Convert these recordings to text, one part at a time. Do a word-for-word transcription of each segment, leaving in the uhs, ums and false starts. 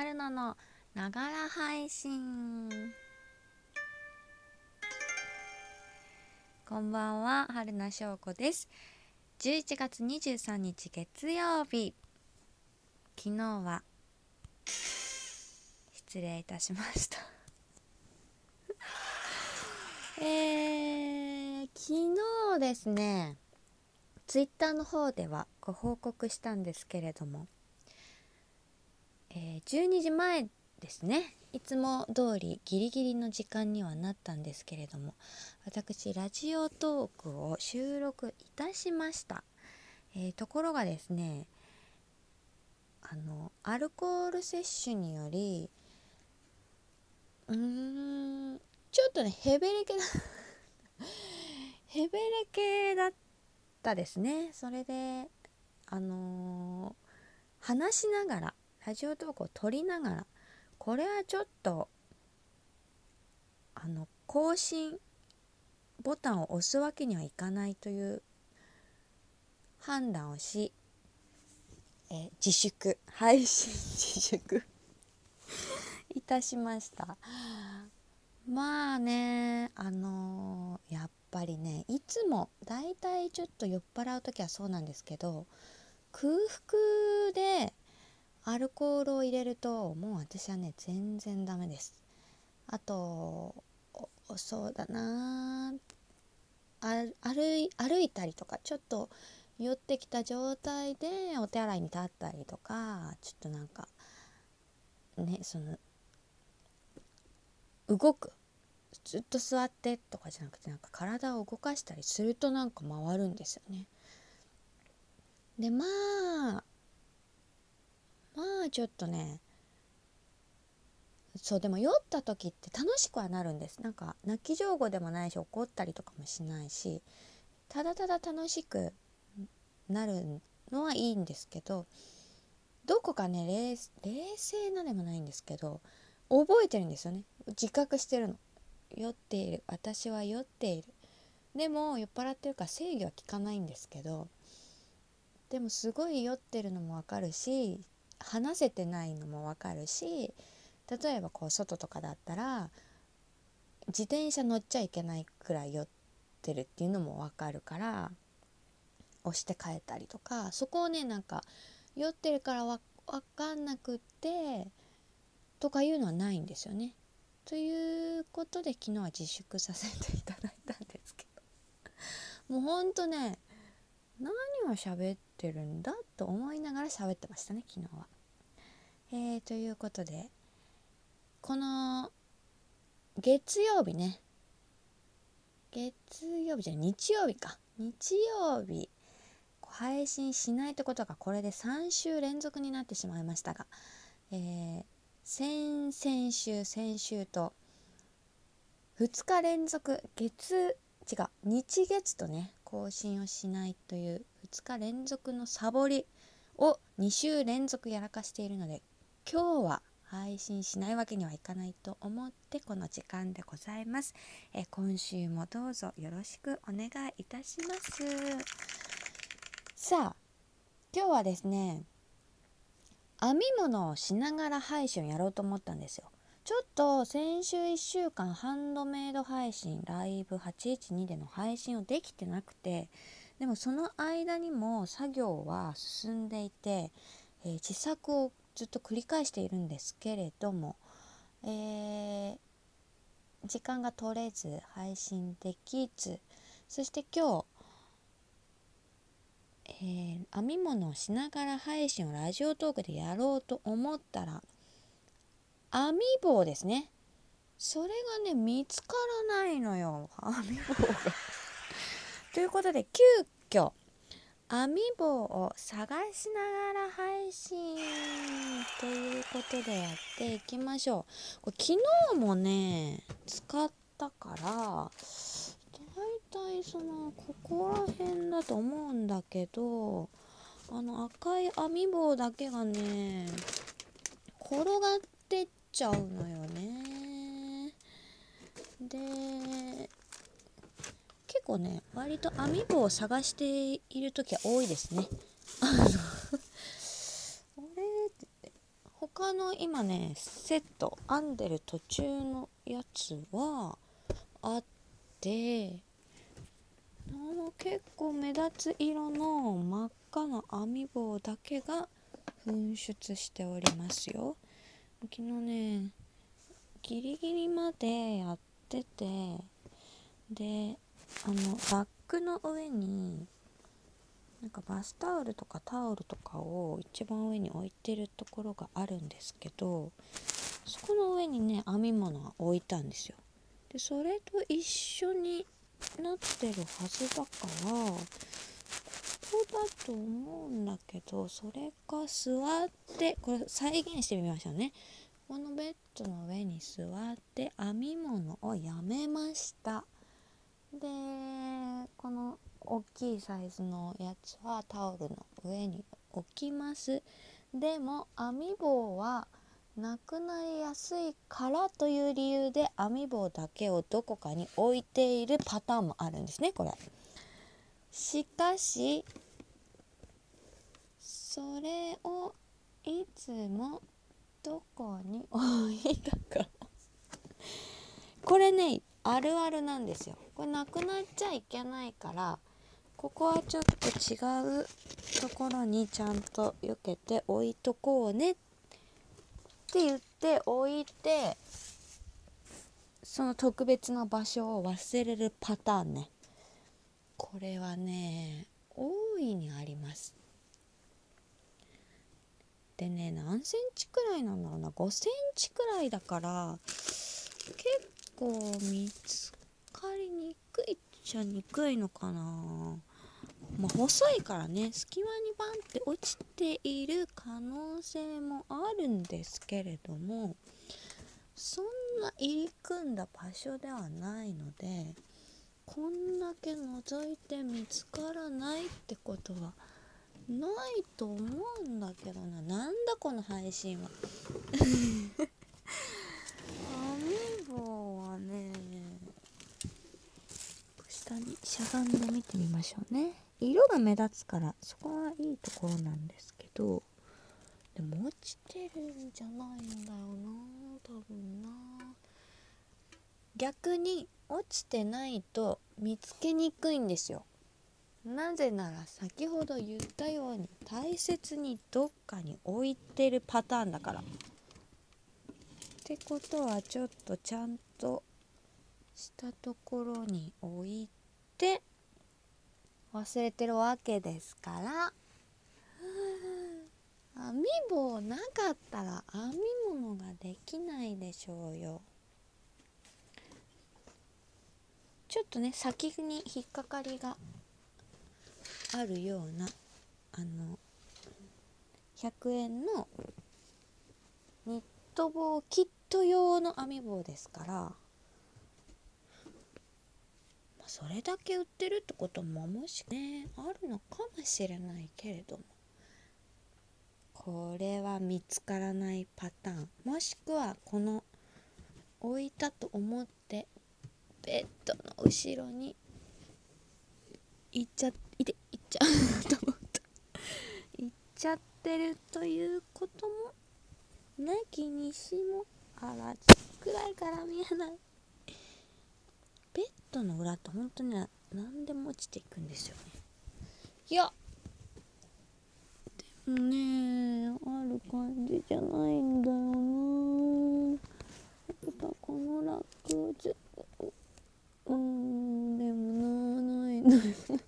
春菜のながら配信。こんばんは、春名翔子です。じゅういちがつにじゅうさんにち月曜日。昨日は失礼いたしましたえー、昨日ですね、ツイッターの方ではご報告したんですけれども、えー、じゅうにじまえですね。いつも通りギリギリの時間にはなったんですけれども、私ラジオトークを収録いたしました。えー、ところがですね、あのアルコール摂取によりうーんちょっとねヘベレケだヘベレケだったですね。それであのー、話しながらラジオトークを撮りながら、これはちょっとあの更新ボタンを押すわけにはいかないという判断をし、え自粛配信自粛いたしました。まあね、あのー、やっぱりね、いつもだいたいちょっと酔っ払う時はそうなんですけど、空腹でアルコールを入れるともう私はね全然ダメです。あとそうだなあ歩い、歩いたりとか、ちょっと酔ってきた状態でお手洗いに立ったりとか、ちょっとなんかね、その動く、ずっと座ってとかじゃなくて、なんか体を動かしたりするとなんか回るんですよね。でまあまあちょっとね、そうでも酔った時って楽しくはなるんです。なんか泣き上戸でもないし、怒ったりとかもしないし、ただただ楽しくなるのはいいんですけど、どこかね 冷, 冷静なでもないんですけど、覚えてるんですよね。自覚してるの。酔っている、私は酔っている。でも酔っ払ってるから制御は効かないんですけど、でもすごい酔ってるのもわかるし、話せてないのもわかるし、例えばこう外とかだったら自転車乗っちゃいけないくらい酔ってるっていうのもわかるから、押して帰ったりとか、そこをねなんか酔ってるからわ分かんなくってとかいうのはないんですよね。ということで昨日は自粛させていただいたんですけど、もうほんとね、何を喋ってるんだと思いながら喋ってましたね、昨日は。えー、ということで、この月曜日ね、月曜日じゃ日曜日か、日曜日配信しないってことがこれでさんしゅう連続になってしまいましたが、えー、先々週先週とふつか連続月違う日月とね更新をしないというふつか連続のサボりをにしゅう連続やらかしているので、今日は配信しないわけにはいかないと思ってこの時間でございます。え今週もどうぞよろしくお願いいたします。さあ今日はですね、編み物をしながら配信をやろうと思ったんですよ。ちょっと先週いっしゅうかんハンドメイド配信ライブはちいちにでの配信をできてなくて、でもその間にも作業は進んでいて、えー、自作をずっと繰り返しているんですけれども、えー、時間が取れず配信できず、そして今日えー、編み物をしながら配信をラジオトークでやろうと思ったら、編み棒ですね、それがね見つからないのよ、編み棒がということで急遽編み棒を探しながら配信ということでやっていきましょう。これ昨日もね使ったからだいたいそのここら辺だと思うんだけど、あの赤い編み棒だけがね転がってっちゃうのよね。で結構ね割と編み棒を探している時は多いですね。あのあれって他の今ねセット編んでる途中のやつはあって、結構目立つ色の真っ赤な編み棒だけが噴出しておりますよ。昨日ねギリギリまでやってて、であのラックの上になんかバスタオルとかタオルとかを一番上に置いてるところがあるんですけど、そこの上にね編み物が置いたんですよ。でそれと一緒になってるはずだから、ここだと思うんだけど、それか座ってこれ再現してみましょうね。このベッドの上に座って編み物をやめました。でこの大きいサイズのやつはタオルの上に置きます。でも編み棒はなくなりやすいからという理由で編み棒だけをどこかに置いているパターンもあるんですね、これ。しかしそれをいつもどこに置いたかこれねあるあるなんですよ。これなくなっちゃいけないから、ここはちょっと違うところにちゃんと避けて置いとこうねって言って置いて、その特別な場所を忘れるパターンね。これはね大いにあります。でね、何センチくらいなんだろうな、ごセンチくらいだから結構見つかりにくいっちゃにくいのかな。まあ細いからね、隙間にバンって落ちている可能性もあるんですけれども、そんな入り組んだ場所ではないので、こんだけ覗いて見つからないってことはないと思うんだけどな。なんだこの配信は編み棒はね、下にしゃがんで見てみましょうね。色が目立つからそこはいいところなんですけど、でも落ちてるんじゃないんだよな、多分な。逆に落ちてないと見つけにくいんですよ。なぜなら先ほど言ったように大切にどっかに置いてるパターンだから。ってことはちょっとちゃんとしたところに置いて忘れてるわけですから、編み棒なかったら編み物ができないでしょうよ。ちょっとね先に引っかかりがあるようなあのひゃくえんのニット帽キット用の編み棒ですから、まあ、それだけ売ってるってことももしねあるのかもしれないけれども、これは見つからないパターン、もしくはこの置いたと思ってベッドの後ろに行っちゃいて行っちゃうと思った行っちゃってるということもなきにしもあらず、暗いから見えない。ベッドの裏って本当に何でも落ちていくんですよね。いやでもねある感じじゃないんだよな。やっぱこのラックをちょっとうーんでもなないんだよ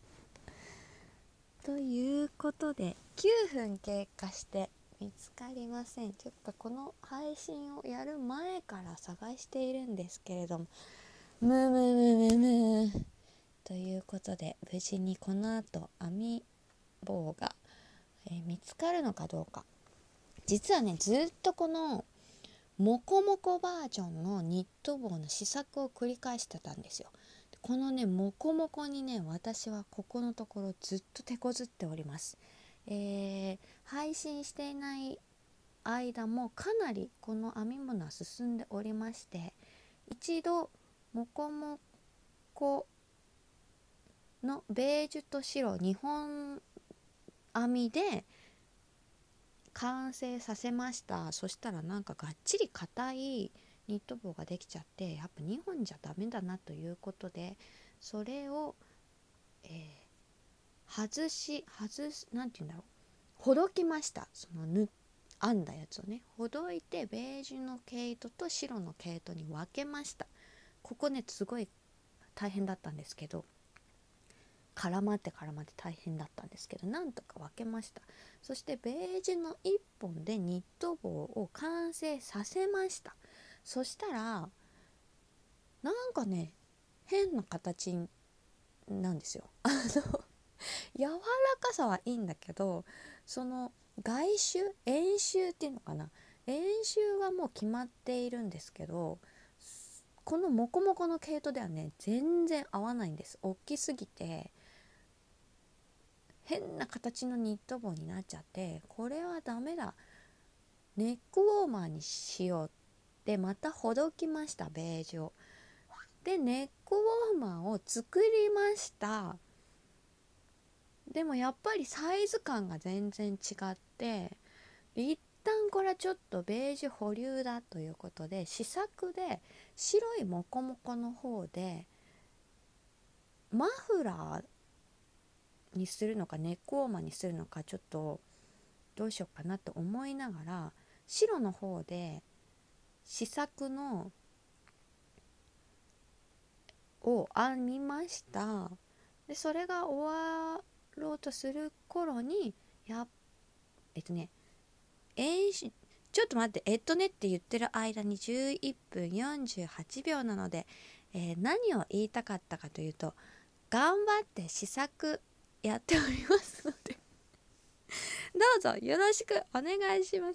ということできゅうふん経過して見つかりません。ちょっとこの配信をやる前から探しているんですけれども、むむむむむということで無事にこの後編み棒が、えー、見つかるのかどうか。実はねずっとこのモコモコバージョンのニット帽の試作を繰り返してたんですよ。このねモコモコにね私はここのところずっと手こずっております。えー、配信していない間もかなりこの編み物は進んでおりまして、一度モコモコのベージュと白にほん編みで完成させました。そしたらなんかがっちり硬いニット帽ができちゃって、やっぱにほんじゃダメだなということで、それを、えー、外し外すなんて言うんだろう、ほどきました。そのぬ編んだやつをね、ほどいて、ベージュの毛糸と白の毛糸に分けました。ここねすごい大変だったんですけど、絡まって絡まって大変だったんですけど、なんとか分けました。そしてベージュのいっぽんでニット帽を完成させました。そしたらなんかね、変な形なんですよ。あの柔らかさはいいんだけど、その外周円周っていうのかな、円周はもう決まっているんですけど、このモコモコの毛糸ではね全然合わないんです。大きすぎて変な形のニット帽になっちゃって、これはダメだ、ネックウォーマーにしようってまたほどきました、ベージュを。でネックウォーマーを作りました。でもやっぱりサイズ感が全然違って、一旦これはちょっとベージュ保留だということで、試作で白いモコモコの方でマフラーにするのかネックウォーマーにするのか、ちょっとどうしようかなと思いながら、白の方で試作のを編みました。でそれが終わろうとする頃に、やえっとね演習ちょっと待って、えっとねって言ってる間にじゅういっぷんよんじゅうはちびょうなので、えー何を言いたかったかというと、頑張って試作やっておりますのでどうぞよろしくお願いします。